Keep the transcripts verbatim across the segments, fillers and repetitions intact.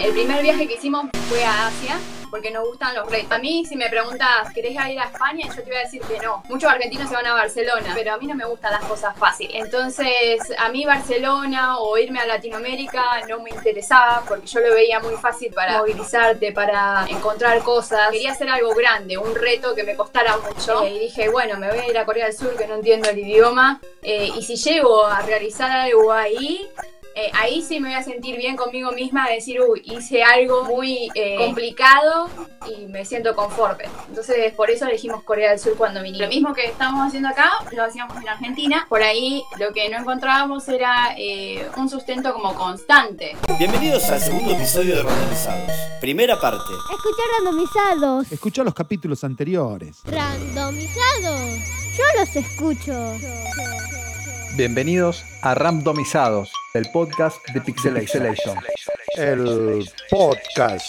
El primer viaje que hicimos fue a Asia, porque nos gustan los retos. A mí, si me preguntas, ¿querés ir a España? Yo te voy a decir que no. Muchos argentinos se van a Barcelona, pero a mí no me gustan las cosas fáciles. Entonces, a mí Barcelona o irme a Latinoamérica no me interesaba, porque yo lo veía muy fácil para movilizarte, para encontrar cosas. Quería hacer algo grande, un reto que me costara mucho. Eh, y dije, bueno, me voy a ir a Corea del Sur, que no entiendo el idioma. Eh, y si llego a realizar algo ahí... Eh, ahí sí me voy a sentir bien conmigo misma de decir, uy, hice algo muy eh, complicado y me siento conforme. Entonces, por eso elegimos Corea del Sur cuando vinimos. Lo mismo que estamos haciendo acá, lo hacíamos en Argentina. Por ahí lo que no encontrábamos era eh, un sustento como constante. Bienvenidos al segundo episodio de Randomizados. Primera parte. Escuchar randomizados. Escucha los capítulos anteriores. Randomizados. Yo los escucho. Bienvenidos a Randomizados, el podcast de Pixelation. El podcast.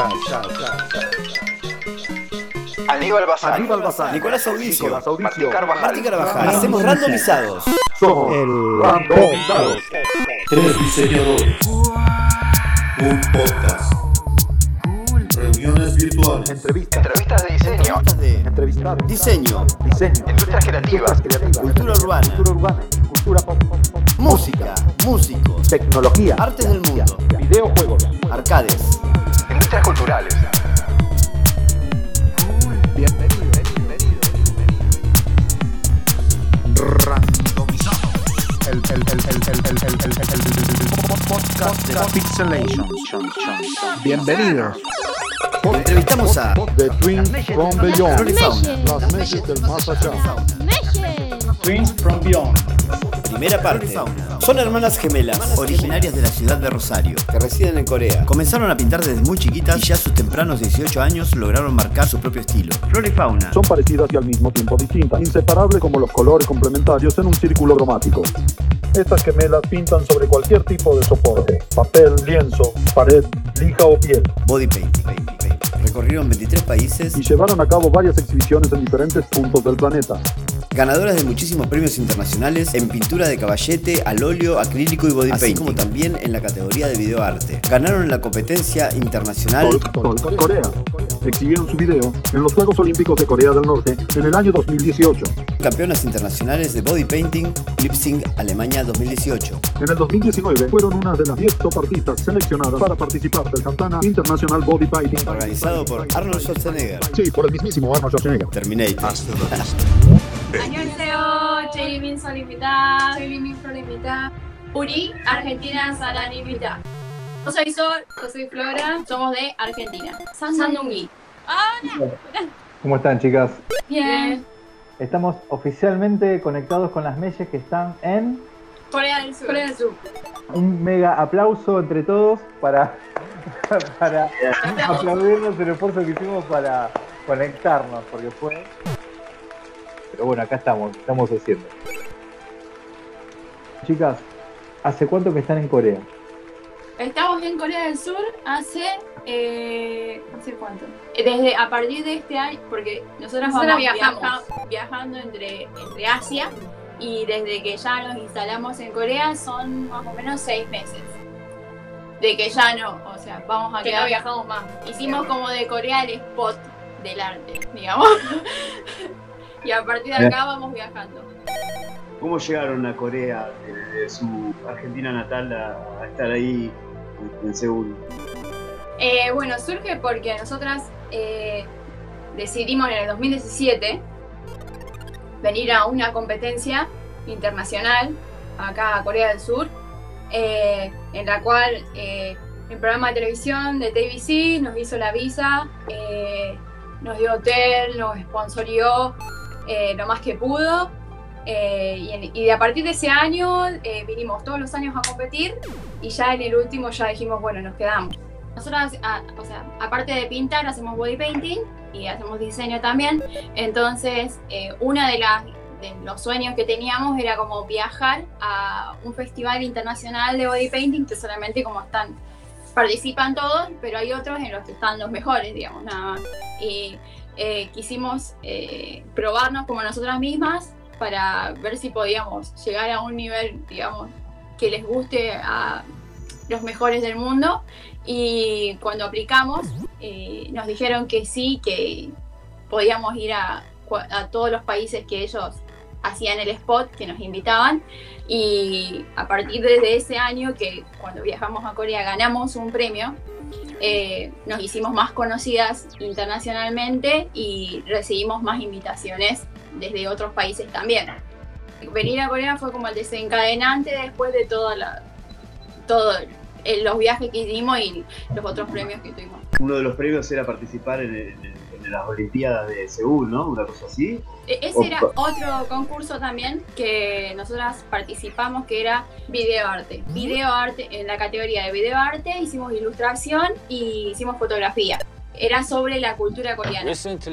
Aníbal Bazán, Aníbal Bazán, Nicolás Audicio, Martín Carvajal. Martín Carvajal. Hacemos Randomizados. Somos el Randomizados. Tres diseñadores. Un podcast. Reuniones virtuales. Entrevistas. Entrevistas de diseño, de Entrevistados. diseño, Diseño. industrias creativas, Creativas. cultura urbana, Cultura urbana. Cultura pop, pop, pop. música, músicos, Tecnología. artes del mundo, Videojuegos. arcades. industrias culturales. Bienvenido, bienvenido. Randomizados. El, el, el, el, el, el, el, el, el, el podcast de Pixelation. Bienvenidos. Entrevistamos a The Twins from Beyond. Flor y Fauna. Las Meshes del más allá. Meshes. Twins from Beyond. Primera parte. Son hermanas gemelas, originarias de la ciudad de Rosario, que residen en Corea. Comenzaron a pintar desde muy chiquitas y ya a sus tempranos dieciocho años lograron marcar su propio estilo. Flor y Fauna. Son parecidas y al mismo tiempo distintas, inseparables como los colores complementarios en un círculo cromático. Estas gemelas pintan sobre cualquier tipo de soporte: papel, lienzo, pared, lija o piel. Body painting. Recorrieron veintitrés países Y llevaron a cabo varias exhibiciones en diferentes puntos del planeta. ganadoras de muchísimos premios internacionales en pintura de caballete, al óleo, acrílico y body painting, así como también en la categoría de videoarte. Ganaron en la competencia internacional Sol, Sol, Corea. Exhibieron su video en los Juegos Olímpicos de Corea del Norte en el año dos mil dieciocho. campeonas internacionales de body painting, Lip Sync Alemania dos mil dieciocho. En el dos mil diecinueve fueron una de las diez top artistas seleccionadas para participar del Cantana International Body Painting. Organizado por Arnold Schwarzenegger. Sí, por el mismísimo Arnold Schwarzenegger. Terminator. 안녕하세요. 제이민 설입니다. 제이민 설입니다. 우리 아르헨티나 사랑입니다. Yo soy Sol, yo soy Flora, somos de Argentina. Sandungi. ¿Cómo están, chicas? Bien. Estamos oficialmente conectados con las Meshes que están en Corea del Sur. Corea del Sur. un mega aplauso entre todos para, para aplaudirnos el esfuerzo que hicimos para conectarnos, porque fue... Pero bueno, acá estamos, estamos haciendo. Chicas, ¿hace cuánto que están en Corea? Estamos en Corea del Sur hace... Eh, ¿Hace cuánto? Desde a partir de este año, porque nosotros Nosotras vamos viajamos. viaja- viajando entre, entre Asia, y desde que ya nos instalamos en Corea son más o menos seis meses. De que ya no, o sea, vamos a Que quedar... no viajamos más. Hicimos como de Corea el spot del arte, digamos. Y a partir de acá vamos viajando. ¿Cómo llegaron a Corea desde su Argentina natal a, a estar ahí en, en Seúl? Eh, bueno, surge porque nosotras eh, decidimos en el dos mil diecisiete venir a una competencia internacional acá a Corea del Sur, eh, en la cual eh, el programa de televisión de T V C nos hizo la visa, eh, nos dio hotel, nos sponsorió eh, lo más que pudo, eh, y, en- y de a partir de ese año eh, vinimos todos los años a competir, y ya en el último ya dijimos, bueno, nos quedamos. Nosotros, a- o sea, aparte de pintar, hacemos body painting y hacemos diseño también. Entonces, eh, una de las de los sueños que teníamos era como viajar a un festival internacional de body painting, que solamente como están, participan todos, pero hay otros en los que están los mejores, digamos, nada más. Y eh, quisimos eh, probarnos como nosotras mismas para ver si podíamos llegar a un nivel, digamos, que les guste a los mejores del mundo, y cuando aplicamos eh, nos dijeron que sí, que podíamos ir a, a todos los países que ellos hacían el spot, que nos invitaban, y a partir de ese año, que cuando viajamos a Corea ganamos un premio, eh, nos hicimos más conocidas internacionalmente y recibimos más invitaciones desde otros países también. Venir a Corea fue como el desencadenante después de toda la, todo el, los viajes que hicimos y los otros premios que tuvimos. Uno de los premios era participar en, el, en las Olimpiadas de Seúl, ¿no? Una cosa así. Ese era otro concurso también que nosotras participamos, que era videoarte. Videoarte, en la categoría de videoarte hicimos ilustración y hicimos fotografía. Era sobre la cultura coreana.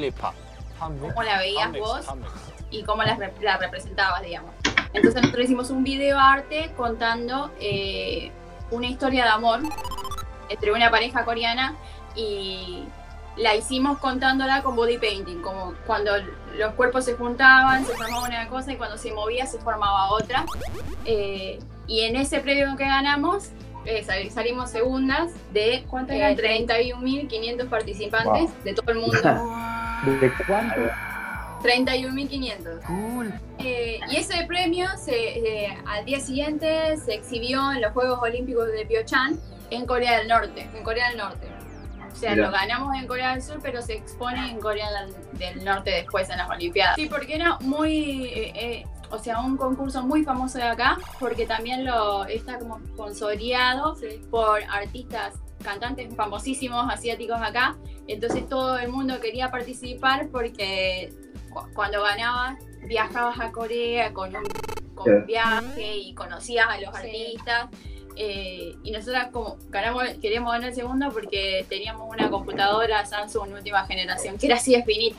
Cómo la veías vos y cómo la, la representabas, digamos. Entonces nosotros hicimos un videoarte contando eh, una historia de amor entre una pareja coreana, y la hicimos contándola con body painting, como cuando los cuerpos se juntaban, se formaba una cosa, y cuando se movía se formaba otra. Eh, y en ese premio que ganamos, eh, sal, salimos segundas de, ¿cuánto eran? treinta y un mil quinientos participantes, wow, de todo el mundo. ¿De cuánto? treinta y un mil quinientos. Cool. Eh, y ese premio se, eh, al día siguiente se exhibió en los Juegos Olímpicos de Pyeongchang, en Corea del Norte, en Corea del Norte. O sea, Mira. Lo ganamos en Corea del Sur, pero se expone en Corea del Norte después en las Olimpiadas. Sí, porque era muy, eh, eh, o sea, un concurso muy famoso de acá, porque también lo está como sponsoreado, sí, por artistas, cantantes famosísimos asiáticos acá. Entonces todo el mundo quería participar porque cu- cuando ganabas viajabas a Corea con un, con un viaje y conocías a los artistas. Eh, y nosotras como ganamos, queríamos ganar el segundo porque teníamos una computadora Samsung última generación que era así de finita.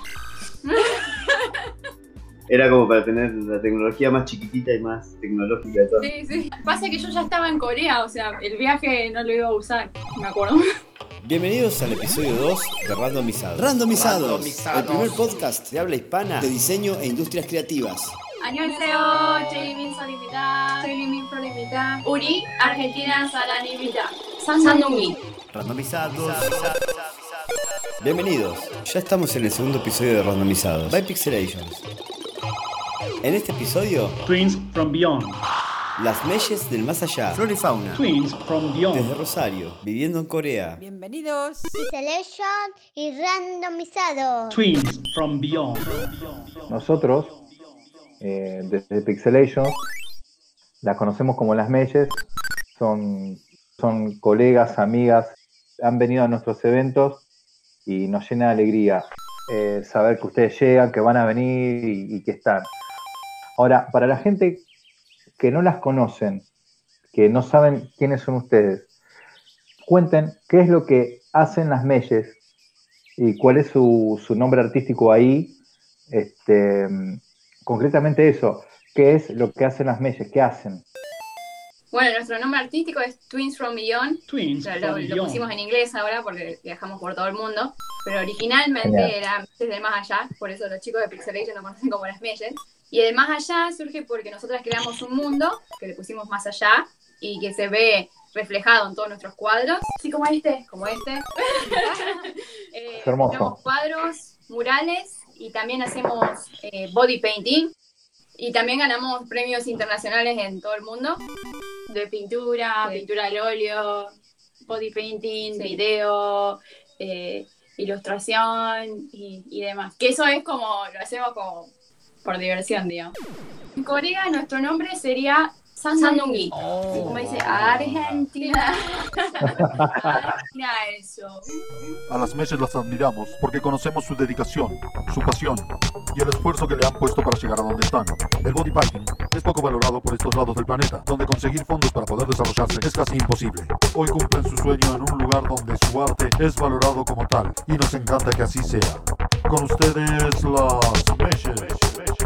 Era como para tener la tecnología más chiquitita y más tecnológica de todo. Sí, sí. Pasa que yo ya estaba en Corea, o sea, el viaje no lo iba a usar, me acuerdo. Bienvenidos al episodio dos de Randomizados. Randomizados, Randomizados, el primer podcast de habla hispana de diseño e industrias creativas. 안녕하세요. 제이민 설입니다. 제이민 프로입니다. 우리 아르헨티나 사람입니다. 산동민. Randomizados. Bienvenidos. Ya estamos en el segundo episodio de Randomizados by Pixelations. En este episodio, Twins from Beyond. Las Meyes del más allá. Flora y fauna. Twins from Beyond. Desde Rosario, viviendo en Corea. Bienvenidos. Pixelation y Randomizados. Twins from Beyond. Nosotros, eh, desde Pixelation, las conocemos como Las Meyes. Son, son colegas, amigas, han venido a nuestros eventos y nos llena de alegría eh, saber que ustedes llegan, que van a venir y, y que están. Ahora, para la gente que no las conocen, que no saben quiénes son ustedes, cuenten qué es lo que hacen Las Meyes y cuál es su, su nombre artístico ahí. Este, concretamente eso, ¿qué es lo que hacen Las Meyes? ¿Qué hacen? Bueno, nuestro nombre artístico es Twins from Beyond. Twins o sea, from lo, Beyond. Lo pusimos en inglés ahora porque viajamos por todo el mundo, pero originalmente Genial. Era desde más allá, por eso los chicos de Pixelation nos conocen como Las Meyes. Y el más allá surge porque nosotras creamos un mundo que le pusimos más allá y que se ve reflejado en todos nuestros cuadros, así como este, como este. eh, Es hermoso. Hacemos cuadros, murales y también hacemos eh, body painting. Y también ganamos premios internacionales en todo el mundo, de pintura, sí. pintura al óleo, body painting, sí. video, eh, ilustración y, y demás. Que eso es como, lo hacemos como por diversión, digamos. En Corea nuestro nombre sería Sandungi. Oh, como dice, Argentina. Argentina, eso. A Las Meyes las admiramos porque conocemos su dedicación, su pasión y el esfuerzo que le han puesto para llegar a donde están. El body painting es poco valorado por estos lados del planeta, donde conseguir fondos para poder desarrollarse es casi imposible. Hoy cumplen su sueño en un lugar donde su arte es valorado como tal y nos encanta que así sea. Con ustedes, Las Meyes.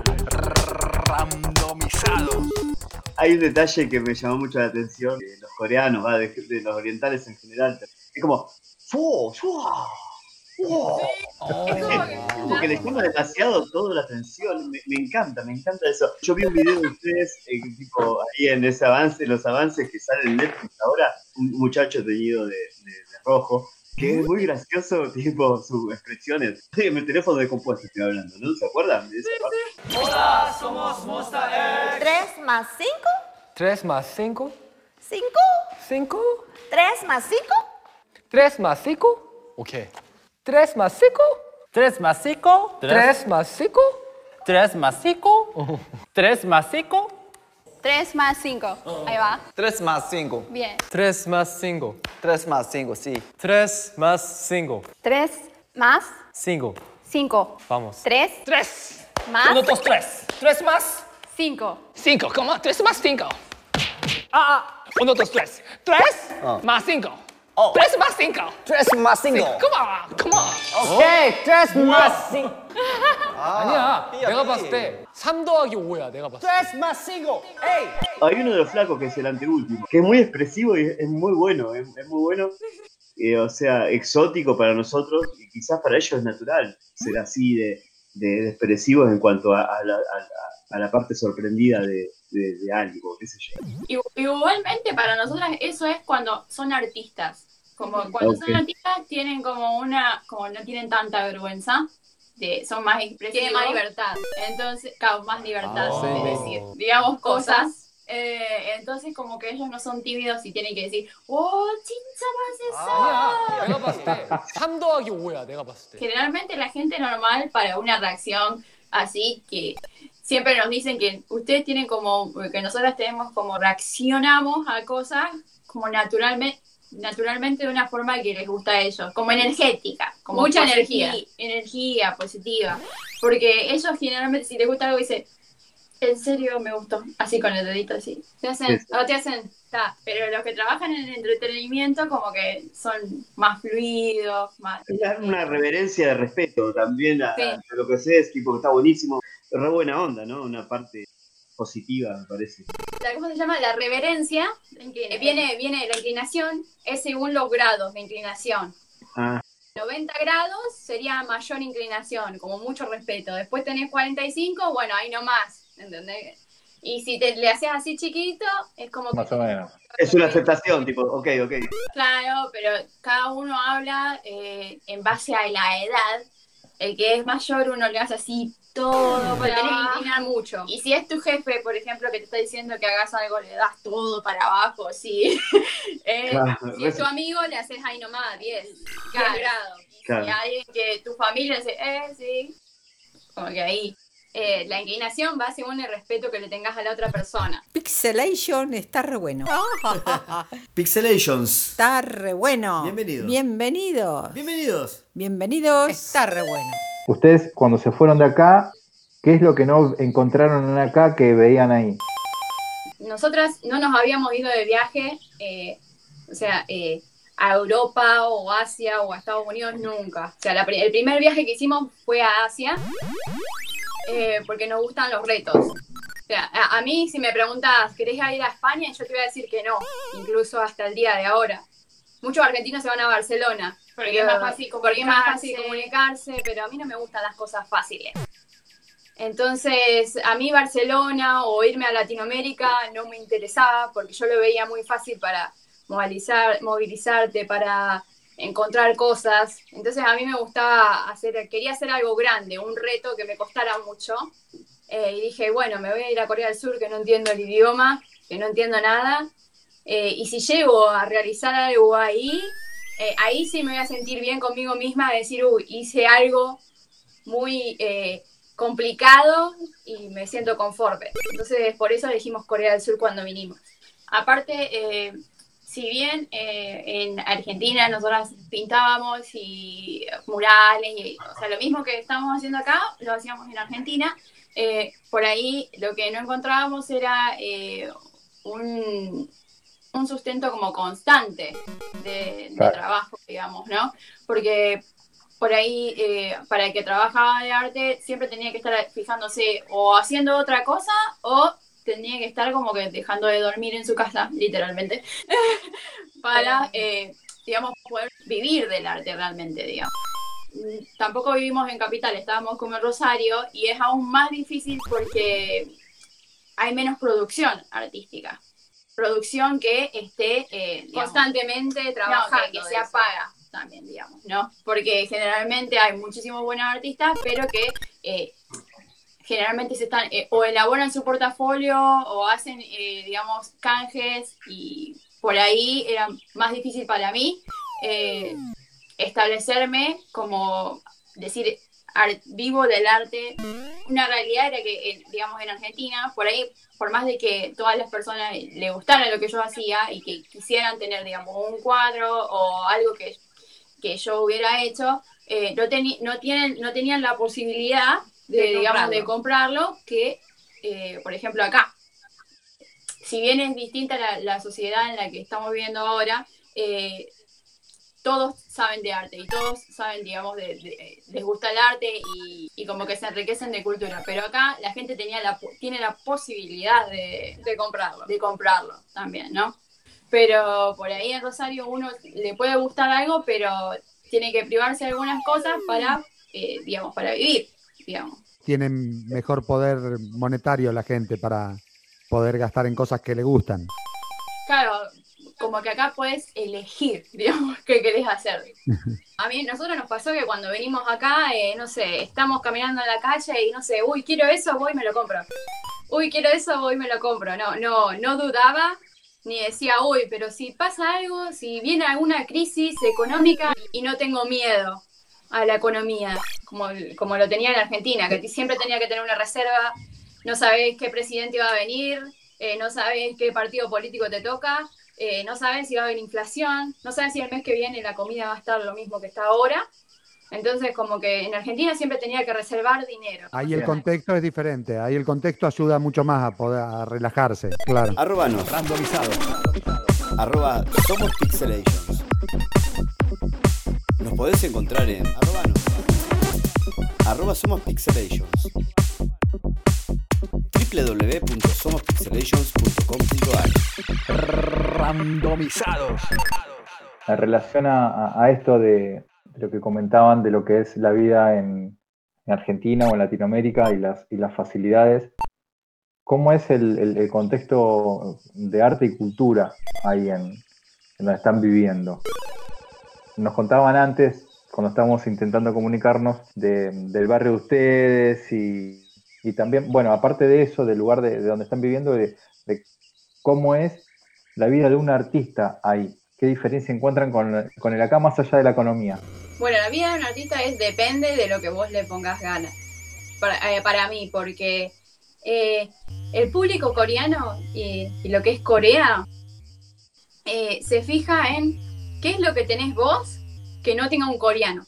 Randomizados. Hay un detalle que me llamó mucho la atención de los coreanos, ¿va? de, de los orientales en general. Es como, ¡fu! ¡Fua! Oh. Es como que, Como que le llama demasiado toda la atención. Me, me encanta, me encanta eso. Yo vi un video de ustedes, eh, tipo, ahí en ese avance, los avances que salen en Netflix ahora, un muchacho teñido de, de, de rojo, que es muy gracioso, tipo, sus expresiones. Sí, en el teléfono de compuesto estoy hablando, ¿no? ¿Se acuerdan de esa parte? Hola, somos Monster X. ¿Tres más cinco? ¿Tres más cinco? ¿Cinco? ¿Cinco? ¿Tres más cinco? ¿Tres más cinco? Ok. ¿Tres más cinco? ¿Tres más cinco? ¿Tres más cinco? ¿Tres más cinco? ¿Tres más cinco? Tres más cinco. Ahí va. Tres más cinco. Bien. Tres más cinco. Tres más cinco, sí. Tres más cinco. Tres más Cinco. cinco. Vamos. Tres Tres. más Uno, dos, tres. Tres más cinco. cinco. ¿Cómo? Tres más cinco. Ah, ah. Uno, dos, tres. Tres 어. más cinco. 어. Tres más cinco. Tres más cinco. Come on, come on. 오케이, tres más cinco. 아니야. 삐야, 내가 삐. 봤을 때 삼 더하기 오야. 내가 봤을 때. Tres más cinco. ¡Ey! Hay uno de los flacos que es el anteúltimo, que es muy expresivo y es muy bueno, es, es muy bueno. Eh, o sea, exótico para nosotros y quizás para ellos es natural ser así de, de, de expresivos en cuanto a, a, la, a, la, a la parte sorprendida de, de, de algo, qué sé yo. Igu- Igualmente para nosotras eso es cuando son artistas. Como cuando Ok. son artistas tienen como una, como no tienen tanta vergüenza, de, son más expresivos. Tienen más libertad. Entonces, claro, más libertad Ah, de sí. decir, digamos, cosas. Eh, entonces como que ellos no son tímidos y tienen que decir, ¡oh, 진짜 맛있어! 아니야. 내가 봤을 때 삼 더하기 오야. 내가 봤을 때. Generalmente la gente normal para una reacción así que siempre nos dicen que ustedes tienen como, que nosotras tenemos como reaccionamos a cosas como naturalmente, naturalmente de una forma que les gusta a ellos, como energética, como mucha energía, energía positiva, porque ellos generalmente si les gusta algo dicen, en serio me gustó, así con el dedito así, te hacen, o te hacen, ta, pero los que trabajan en el entretenimiento como que son más fluidos, más... Es la- una reverencia de respeto también a, Sí. a lo que sé, es tipo que está buenísimo, re buena onda, ¿no? Una parte positiva, me parece. La- ¿Cómo se llama? La reverencia, que viene, viene la inclinación, es según los grados de inclinación. Ah, noventa grados sería mayor inclinación, como mucho respeto. Después tenés cuarenta y cinco, bueno, ahí nomás, ¿entendés? Y si te le haces así chiquito, es como que... Más o menos. es una aceptación, tipo, ok, ok. Claro, pero cada uno habla eh, en base a la edad. El que es mayor, uno le hace así todo, pero tenés que inclinar mucho. Y si es tu jefe, por ejemplo, que te está diciendo que hagas algo, le das todo para abajo, sí. Eh, Claro, si es tu amigo, le haces ahí nomás, diez, diez grados. Claro. Y a alguien que tu familia le dice, eh, sí. Como que ahí. Eh, la inclinación va según el respeto que le tengas a la otra persona. Pixelation está re bueno. Pixelations. Está re bueno. Bienvenidos. Bienvenidos. Bienvenidos. Bienvenidos. Está re bueno. Ustedes, cuando se fueron de acá, ¿qué es lo que no encontraron en acá que veían ahí? Nosotras no nos habíamos ido de viaje, eh, o sea, eh, a Europa o Asia o a Estados Unidos nunca. O sea, la pri- el primer viaje que hicimos fue a Asia eh, porque nos gustan los retos. O sea, a, a mí si me preguntas, ¿querés ir a España? Yo te voy a decir que no, incluso hasta el día de ahora. Muchos argentinos se van a Barcelona porque es más fácil porque es más fácil comunicarse, pero a mí no me gustan las cosas fáciles. Entonces, a mí Barcelona o irme a Latinoamérica no me interesaba porque yo lo veía muy fácil para movilizar, movilizarte, para encontrar cosas. Entonces, a mí me gustaba hacer, quería hacer algo grande, un reto que me costara mucho. Eh, y dije, bueno, me voy a ir a Corea del Sur, que no entiendo el idioma, que no entiendo nada. Eh, y si llego a realizar algo ahí, eh, ahí sí me voy a sentir bien conmigo misma, de decir, uy, hice algo muy... Eh, complicado y me siento conforme. Entonces, por eso elegimos Corea del Sur cuando vinimos. Aparte, eh, si bien eh, en Argentina nosotras pintábamos y murales, y, o sea, lo mismo que estamos haciendo acá, lo hacíamos en Argentina, eh, por ahí lo que no encontrábamos era eh, un, un sustento como constante de, de Claro. trabajo, digamos, ¿no? Porque por ahí, eh, para el que trabajaba de arte, siempre tenía que estar fijándose o haciendo otra cosa o tenía que estar como que dejando de dormir en su casa, literalmente, para, eh, digamos, poder vivir del arte realmente, digamos. tampoco vivimos en Capital, estábamos como en Rosario, y es aún más difícil porque hay menos producción artística. Producción que esté eh, digamos, constantemente trabajando, no, que, que se apaga también, digamos, ¿no? Porque generalmente hay muchísimos buenos artistas, pero que eh, generalmente se están eh, o elaboran su portafolio o hacen, eh, digamos, canjes, y por ahí era más difícil para mí eh, establecerme como decir art, vivo del arte. Una realidad era que, eh, digamos, en Argentina, por ahí, por más de que todas las personas les gustara lo que yo hacía y que quisieran tener, digamos, un cuadro o algo que, que yo hubiera hecho, eh, no, teni no, tienen, no tenían la posibilidad de, de digamos, comprarlo. de comprarlo, que, eh, por ejemplo, acá. Si bien es distinta la, la sociedad en la que estamos viviendo ahora, eh, todos saben de arte y todos saben, digamos, de, de, les gusta el arte y, y como que se enriquecen de cultura. Pero acá la gente tenía la, tiene la posibilidad de, de comprarlo, de comprarlo también, ¿no? Pero por ahí en Rosario uno le puede gustar algo, pero tiene que privarse de algunas cosas para, eh, digamos, para vivir, digamos. Tienen mejor poder monetario la gente para poder gastar en cosas que le gustan. Claro, como que acá puedes elegir, digamos, qué querés hacer. A mí, nosotros nos pasó que cuando venimos acá, eh, no sé, estamos caminando en la calle y no sé, uy, quiero eso, voy y me lo compro. Uy, quiero eso, voy y me lo compro. No, no, no dudaba, ni decía, uy, pero si pasa algo, si viene alguna crisis económica y no tengo miedo a la economía, como, como lo tenía en Argentina, que siempre tenía que tener una reserva, no sabés qué presidente iba a venir, eh, no sabés qué partido político te toca, Eh, no saben si va a haber inflación, no saben si el mes que viene la comida va a estar lo mismo que está ahora. Entonces, como que en Argentina siempre tenía que reservar dinero. Ahí el contexto es diferente, ahí el contexto ayuda mucho más a poder a relajarse, claro. Arrobanos, randomizado. Arroba Somos Pixelations. Nos podés encontrar en arrobanos. Arroba Somos Pixelations. doble u doble u doble u punto somos pixelations punto com punto a r. Randomizados. En relación a, a esto de, de lo que comentaban de lo que es la vida en, en Argentina o en Latinoamérica y las, y las facilidades, ¿cómo es el, el, el contexto de arte y cultura ahí en, en donde están viviendo? Nos contaban antes, cuando estábamos intentando comunicarnos, de, del barrio de ustedes y Y también, bueno, aparte de eso, del lugar de, de donde están viviendo, de, de cómo es la vida de un artista ahí. ¿Qué diferencia encuentran con, con el acá más allá de la economía? Bueno, la vida de un artista es depende de lo que vos le pongas ganas. Para, eh, para mí, porque eh, el público coreano y, y lo que es Corea eh, se fija en qué es lo que tenés vos que no tenga un coreano.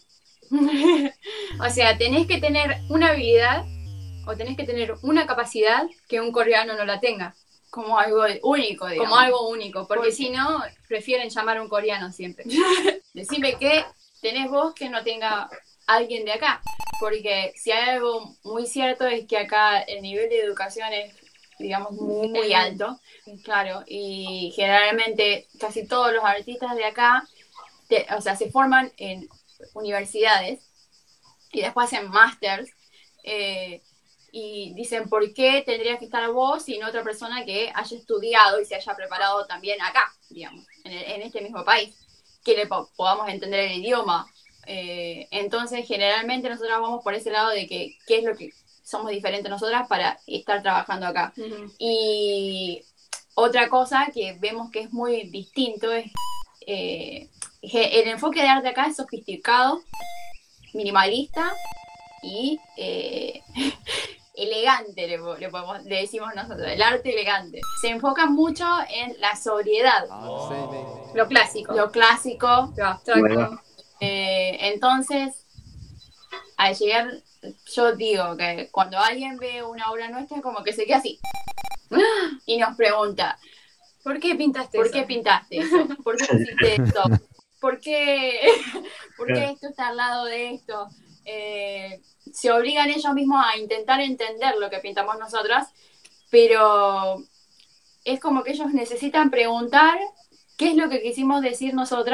O sea, tenés que tener una habilidad o tenés que tener una capacidad que un coreano no la tenga. Como algo único, digamos. Como algo único, porque si no, prefieren llamar a un coreano siempre. Decime qué tenés vos que no tenga alguien de acá. Porque si hay algo muy cierto es que acá el nivel de educación es, digamos, muy, muy alto. Claro, y generalmente casi todos los artistas de acá, te, o sea, se forman en universidades y después hacen másters. Eh, y dicen, ¿por qué tendrías que estar vos y no otra persona que haya estudiado y se haya preparado también acá, digamos, en, el, en este mismo país, que le po podamos entender el idioma? Eh, entonces, generalmente nosotros vamos por ese lado de que qué es lo que somos diferentes nosotras para estar trabajando acá. Uh-huh. Y otra cosa que vemos que es muy distinto es eh, el enfoque de arte acá es sofisticado, minimalista y eh, elegante, le, le, podemos, le decimos nosotros, el arte elegante. Se enfoca mucho en la sobriedad, oh. lo clásico, lo clásico, lo abstracto. Bueno. Eh, entonces, al llegar, yo digo que cuando alguien ve una obra nuestra, como que se queda así y nos pregunta, ¿por qué pintaste ¿Por eso? ¿Por qué pintaste eso? ¿Por qué pusiste esto? ¿Por qué, ¿Por qué esto está al lado de esto? Eh, se obligan ellos mismos a intentar entender lo que pintamos nosotras, pero es como que ellos necesitan preguntar qué es lo que quisimos decir nosotras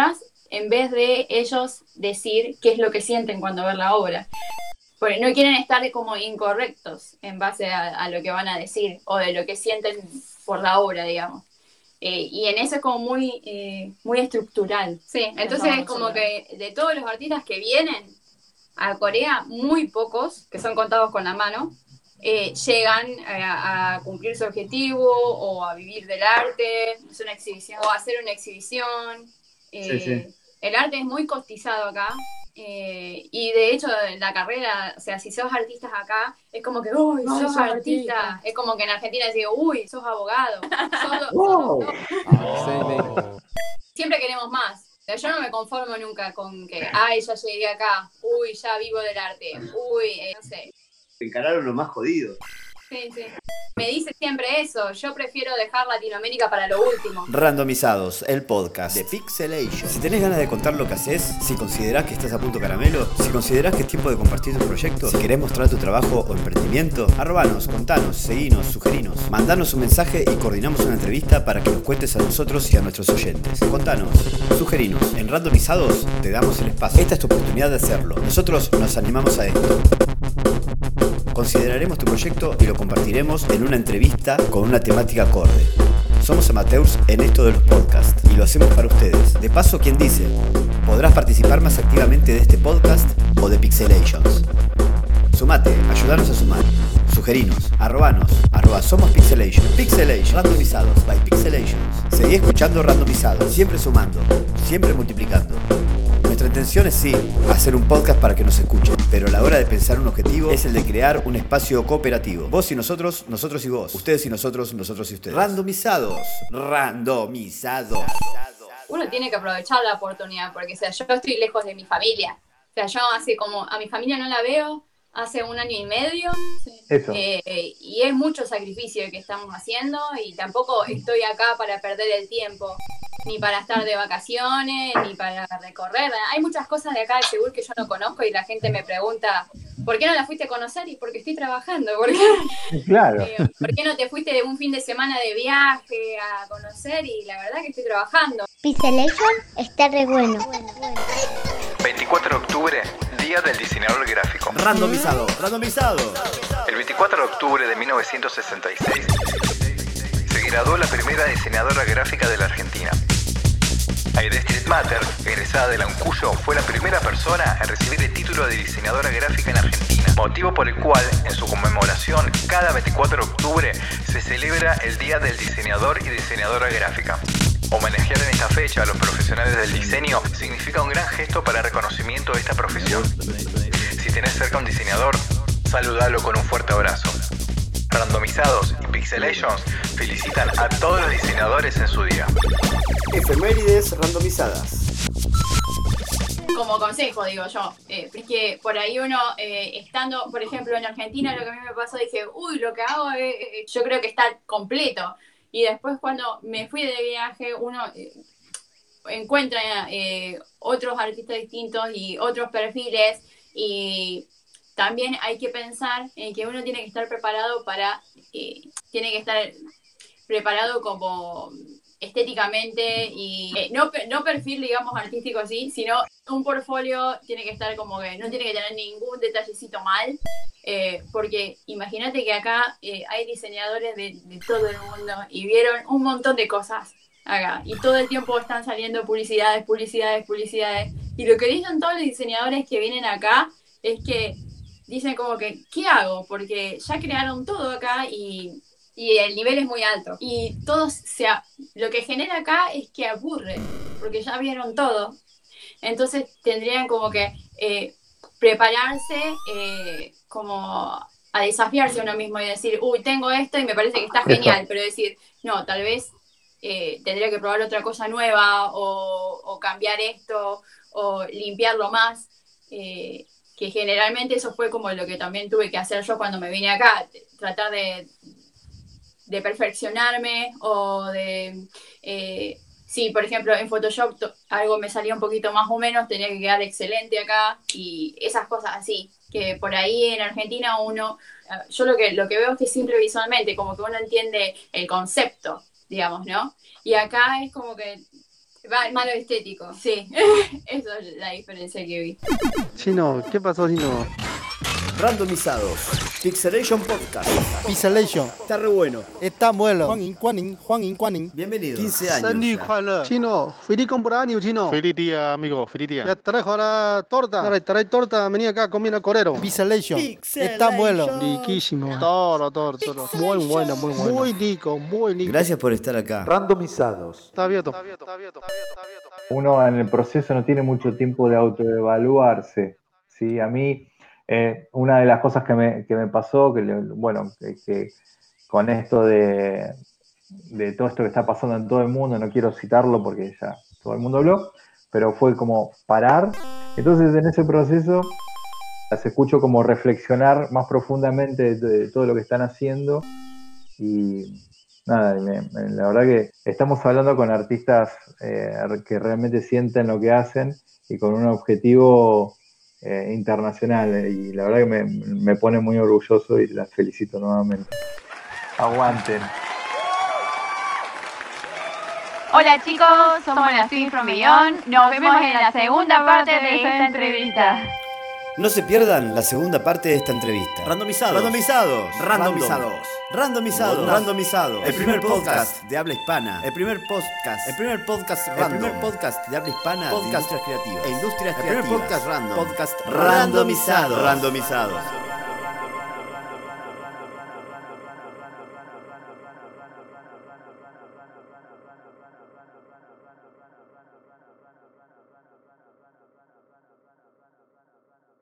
en vez de ellos decir qué es lo que sienten cuando ven la obra. Porque no quieren estar como incorrectos en base a, a lo que van a decir o de lo que sienten por la obra, digamos. Eh, y en eso es como muy, eh, muy estructural. Sí, entonces es como que de todos los artistas que vienen a Corea, muy pocos, que son contados con la mano, eh, llegan a, a cumplir su objetivo o a vivir del arte, es una exhibición, o a hacer una exhibición. Eh, Sí, sí. El arte es muy cotizado acá. Eh, y de hecho la carrera, o sea, si sos artistas acá, es como que, uy, Ay, sos sos artista. artista. Es como que en Argentina digo, uy, sos abogado. Sos- ¡Wow! Siempre queremos más. O sea, yo no me conformo nunca con que, ay, ya llegué acá, uy, ya vivo del arte, uy, eh, no sé. Encararon lo más jodido. Sí, sí. Me dice siempre eso, yo prefiero dejar Latinoamérica para lo último. Randomizados, el podcast de Pixelation. Si tenés ganas de contar lo que haces, si considerás que estás a punto caramelo, si considerás que es tiempo de compartir tu proyecto, si querés mostrar tu trabajo o emprendimiento, arrobanos, contanos, seguinos, sugerinos, mandanos un mensaje y coordinamos una entrevista para que nos cuentes a nosotros y a nuestros oyentes. Contanos, sugerinos. En Randomizados te damos el espacio. Esta es tu oportunidad de hacerlo. Nosotros nos animamos a esto. Consideraremos tu proyecto y lo compartiremos en una entrevista con una temática acorde. Somos amateurs en esto de los podcasts y lo hacemos para ustedes. De paso, ¿quién dice? Podrás participar más activamente de este podcast o de Pixelations. Sumate, ayudanos a sumar. Sugerinos, arrobanos, arroba somos Pixelation. Pixelation, randomizados by Pixelations. Seguí escuchando Randomizados, siempre sumando, siempre multiplicando. Nuestra intención es sí, hacer un podcast para que nos escuchen, pero a la hora de pensar un objetivo es el de crear un espacio cooperativo. Vos y nosotros, nosotros y vos. Ustedes y nosotros, nosotros y ustedes. Randomizados. Randomizados. Uno tiene que aprovechar la oportunidad, porque o sea, yo estoy lejos de mi familia. O sea, yo hace como, a mi familia no la veo hace un año y medio. Eso. Eh, eh, y es mucho sacrificio el que estamos haciendo y tampoco estoy acá para perder el tiempo, ni para estar de vacaciones, ni para recorrer. Hay muchas cosas de acá de Seúl que yo no conozco y la gente me pregunta, ¿por qué no la fuiste a conocer? Y porque estoy trabajando. ¿Por qué, Claro. eh, ¿por qué no te fuiste de un fin de semana de viaje a conocer? Y la verdad que estoy trabajando. Pixelation está re bueno. veinticuatro de octubre, Día del Diseñador Gráfico. Randomizado, randomizado. El veinticuatro de octubre de mil novecientos sesenta y seis se graduó la primera diseñadora gráfica de la Argentina. Aide Street Matter, egresada de la UNCUYO, fue la primera persona en recibir el título de diseñadora gráfica en Argentina, motivo por el cual, en su conmemoración, cada veinticuatro de octubre se celebra el Día del Diseñador y Diseñadora Gráfica. Homenajear en esta fecha a los profesionales del diseño significa un gran gesto para el reconocimiento de esta profesión. Si tenés cerca un diseñador, saludalo con un fuerte abrazo. Randomizados y Pixelations felicitan a todos los diseñadores en su día. Efemérides randomizadas. Como consejo, digo yo, eh, porque por ahí uno, eh, estando, por ejemplo, en Argentina, lo que a mí me pasó, dije, uy, lo que hago, eh, eh, yo creo que está completo. Y después cuando me fui de viaje, uno eh, encuentra eh, otros artistas distintos y otros perfiles, y también hay que pensar en que uno tiene que estar preparado para, eh, tiene que estar preparado como estéticamente y eh, no, no perfil, digamos, artístico así, sino un portfolio tiene que estar como que no tiene que tener ningún detallecito mal, eh, porque imagínate que acá eh, hay diseñadores de, de todo el mundo y vieron un montón de cosas acá y todo el tiempo están saliendo publicidades, publicidades, publicidades, y lo que dicen todos los diseñadores que vienen acá es que dicen como que, ¿qué hago? Porque ya crearon todo acá y y el nivel es muy alto. Y todos se a- lo que genera acá es que aburre, porque ya vieron todo. Entonces tendrían como que eh, prepararse eh, como a desafiarse uno mismo y decir, uy, tengo esto y me parece que está genial, pero decir, no, tal vez eh, tendría que probar otra cosa nueva o, o cambiar esto o limpiarlo más. Eh, que generalmente eso fue como lo que también tuve que hacer yo cuando me vine acá, tratar de de perfeccionarme o de, eh, si por ejemplo en Photoshop to- algo me salía un poquito más o menos, tenía que quedar excelente acá y esas cosas así, que por ahí en Argentina uno, yo lo que, lo que veo es que simple visualmente, como que uno entiende el concepto, digamos, ¿no? Y acá es como que Va- malo estético. Sí. Eso es la diferencia que vi. Chino, ¿qué pasó, Chino? Randomizados. Pixelation Podcast. Pixelation. Está re bueno. Está bueno. Juan Juan Juan Juan Bienvenido. quince años. ya. Chino, feliz cumpleaños, Chino. Feliz día, amigo, feliz día. Ya trajo la torta. Ahora trae torta, vení acá a comer al corero. Pixelation. Está bueno. Riquísimo. Todo, todo, todo. Muy bueno, muy bueno. Muy rico, muy rico. Gracias por estar acá. Randomizados. Está abierto. Uno en el proceso no tiene mucho tiempo de autoevaluarse. ¿Sí? A mí, eh, una de las cosas que me, que me pasó, que le- bueno, que, que con esto de, de todo esto que está pasando en todo el mundo, no quiero citarlo porque ya todo el mundo habló, pero fue como parar. Entonces en ese proceso las escucho como reflexionar más profundamente de, de todo lo que están haciendo y nada, me- me- la verdad que estamos hablando con artistas eh, que realmente sienten lo que hacen y con un objetivo eh, internacional eh, y la verdad que me, me pone muy orgulloso y las felicito nuevamente. Aguanten. Hola chicos, somos las Team from Beyond. Nos vemos en la segunda parte de esta entrevista. No se pierdan la segunda parte de esta entrevista. Randomizados. Randomizados. Randomizados. Randomizados. Randomizados. El primer podcast de habla hispana. El primer podcast. El primer podcast random. El primer podcast de habla hispana. Podcast de industrias creativas. E industrias creativas. El primer podcast random. Podcast randomizado. Randomizado.